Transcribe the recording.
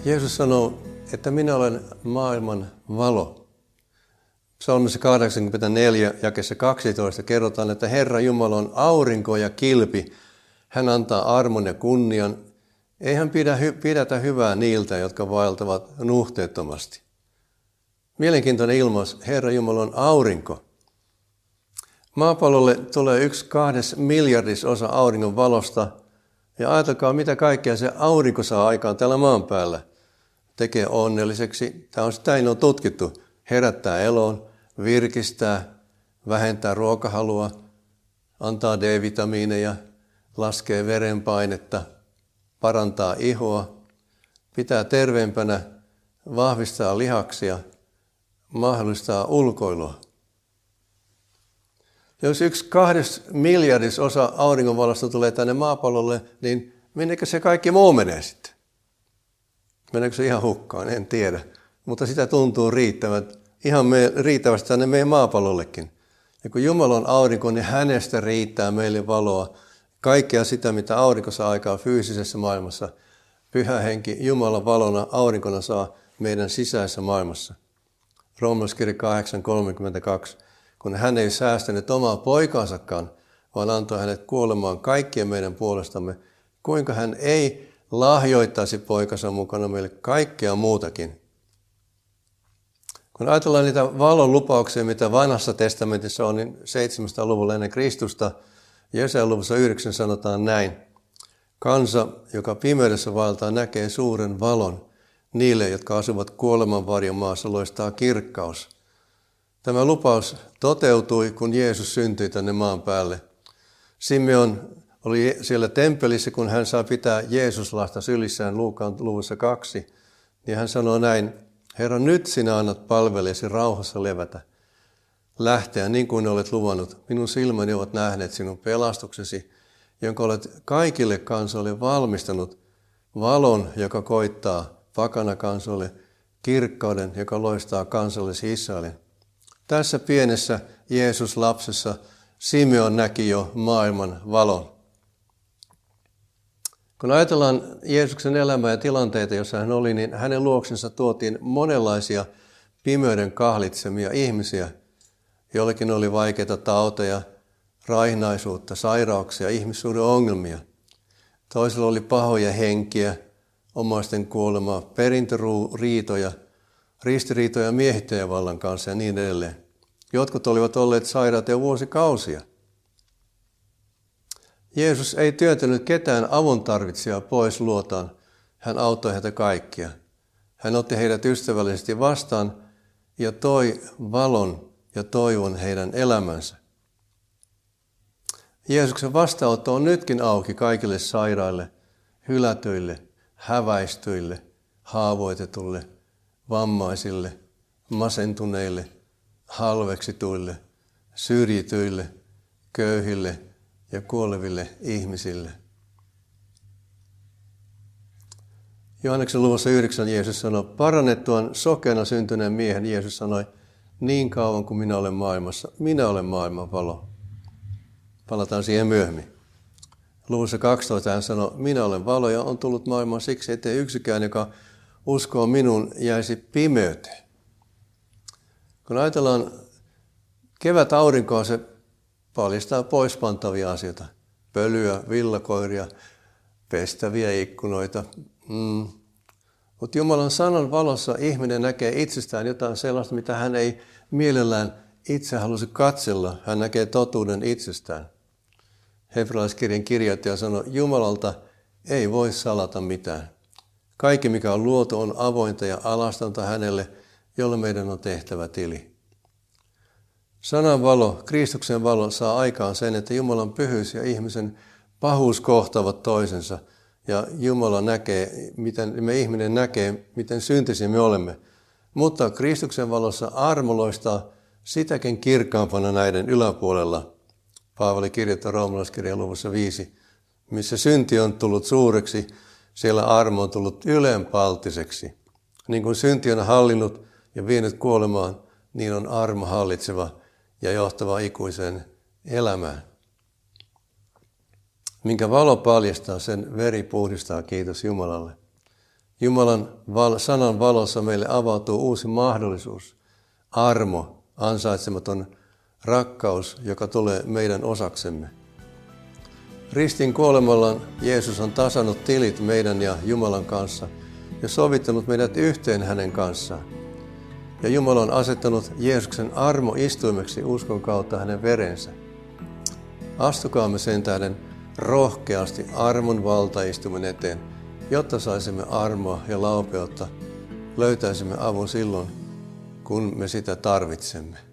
Jeesus sanoo, että minä olen maailman valo. Psalmissa 84, jakeessa 12 kerrotaan, että Herra Jumala on aurinko ja kilpi. Hän antaa armon ja kunnian. Ei hän pidätä hyvää niiltä, jotka vaeltavat nuhteettomasti. Mielenkiintoinen ilmaus. Herra Jumala on aurinko. Maapallolle tulee 1/2 miljardisosa auringon valosta. Ja ajatelkaa, mitä kaikkea se aurinko saa aikaan täällä maan päällä. Tekee onnelliseksi. Tämä on tutkittu. Herättää eloon, virkistää, vähentää ruokahalua, antaa D-vitamiineja, laskee verenpainetta, parantaa ihoa, pitää terveempänä, vahvistaa lihaksia, mahdollistaa ulkoilua. Jos 1/2 miljardisosa auringonvalosta tulee tänne maapallolle, niin minnekä se kaikki muu menee sitten? Meneekö se ihan hukkaan? En tiedä. Mutta sitä tuntuu riittävästi tänne meidän maapallollekin. Ja kun Jumala on aurinko, niin hänestä riittää meille valoa. Kaikkea sitä, mitä aurinko saa aikaan fyysisessä maailmassa, Pyhä Henki Jumalan valona aurinkona saa meidän sisäisessä maailmassa. Roomalaiskirja 8:32. Kun hän ei säästänyt omaa poikaansakaan, vaan antoi hänet kuolemaan kaikkien meidän puolestamme, kuinka hän ei lahjoittaisi poikansa mukana meille kaikkea muutakin. Kun ajatellaan niitä valon lupauksia, mitä vanhassa testamentissa on, niin 700-luvulla ennen Kristusta, Jesajan luvussa 9 sanotaan näin. Kansa, joka pimeydessä vaeltaa, näkee suuren valon. Niille, jotka asuvat kuoleman varjomaassa, loistaa kirkkaus. Tämä lupaus toteutui, kun Jeesus syntyi tänne maan päälle. Simeon oli siellä temppelissä, kun hän saa pitää Jeesuslasta sylissään Luukaan luvussa 2. Niin hän sanoo näin, Herra, nyt sinä annat palvelijasi rauhassa levätä. Lähteä niin kuin olet luvannut. Minun silmäni ovat nähneet sinun pelastuksesi, jonka olet kaikille kansoille valmistanut. Valon, joka koittaa pakana kansoille, kirkkauden, joka loistaa kansallesi Israelin. Tässä pienessä Jeesus-lapsessa Simeon näki jo maailman valon. Kun ajatellaan Jeesuksen elämää ja tilanteita, joissa hän oli, niin hänen luoksensa tuotiin monenlaisia pimeyden kahlitsemia ihmisiä. Joillekin oli vaikeita tauteja, raihnaisuutta, sairauksia, ihmissuuden ongelmia. Toisilla oli pahoja henkiä, omaisten kuolemaa, perintöriitoja, ristiriitoja miehittäjävallan kanssa ja niin edelleen. Jotkut olivat olleet sairaat jo vuosikausia. Jeesus ei työntänyt ketään avuntarvitsijaa pois luotaan. Hän auttoi heitä kaikkia. Hän otti heidät ystävällisesti vastaan ja toi valon ja toivon heidän elämänsä. Jeesuksen vastaanotto on nytkin auki kaikille sairaille, hylätyille, häväistyille, haavoitetuille, vammaisille, masentuneille, halveksituille, syrjityille, köyhille ja kuoleville ihmisille. Johanneksen luvussa 9 Jeesus sanoi, parannettuaan sokeana syntyneen miehen Jeesus sanoi, niin kauan kuin minä olen maailmassa, minä olen maailman valo. Palataan siihen myöhemmin. Luvussa 12 hän sanoi, minä olen valo ja on tullut maailmaan siksi, ettei yksikään, joka uskoo minun, jäisi pimeyteen. Kun ajatellaan kevätaurinkoa, se paljastaa poispantavia asioita. Pölyä, villakoiria, pestäviä ikkunoita. Mutta Jumalan sanan valossa ihminen näkee itsestään jotain sellaista, mitä hän ei mielellään itse halusi katsella. Hän näkee totuuden itsestään. Hebrealaiskirjan kirjoittaja sanoi, Jumalalta ei voi salata mitään. Kaikki, mikä on luotu, on avointa ja alastonta hänelle, jolle meidän on tehtävä tili. Sanan valo, Kristuksen valo saa aikaan sen, että Jumalan pyhyys ja ihmisen pahuus kohtaavat toisensa. Ja Jumala näkee, ihminen näkee, miten syntisiä me olemme. Mutta Kristuksen valossa armo loistaa sitäkin kirkkaampana näiden yläpuolella. Paavali kirjoittaa Roomalaiskirjan luvussa 5, missä synti on tullut suureksi, siellä armo on tullut ylenpalttiseksi. Niin kuin synti on hallinnut ja vienyt kuolemaan, niin on armo hallitseva ja johtava ikuiseen elämään. Minkä valo paljastaa, sen veri puhdistaa, kiitos Jumalalle. Jumalan sanan valossa meille avautuu uusi mahdollisuus, armo, ansaitsematon rakkaus, joka tulee meidän osaksemme. Ristin kuolemallaan Jeesus on tasannut tilit meidän ja Jumalan kanssa ja sovittanut meidät yhteen hänen kanssaan. Ja Jumala on asettanut Jeesuksen armoistuimeksi uskon kautta hänen verensä. Astukaamme sen tähden rohkeasti armon valtaistuimen eteen, jotta saisimme armoa ja laupeutta, löytäisimme avun silloin, kun me sitä tarvitsemme.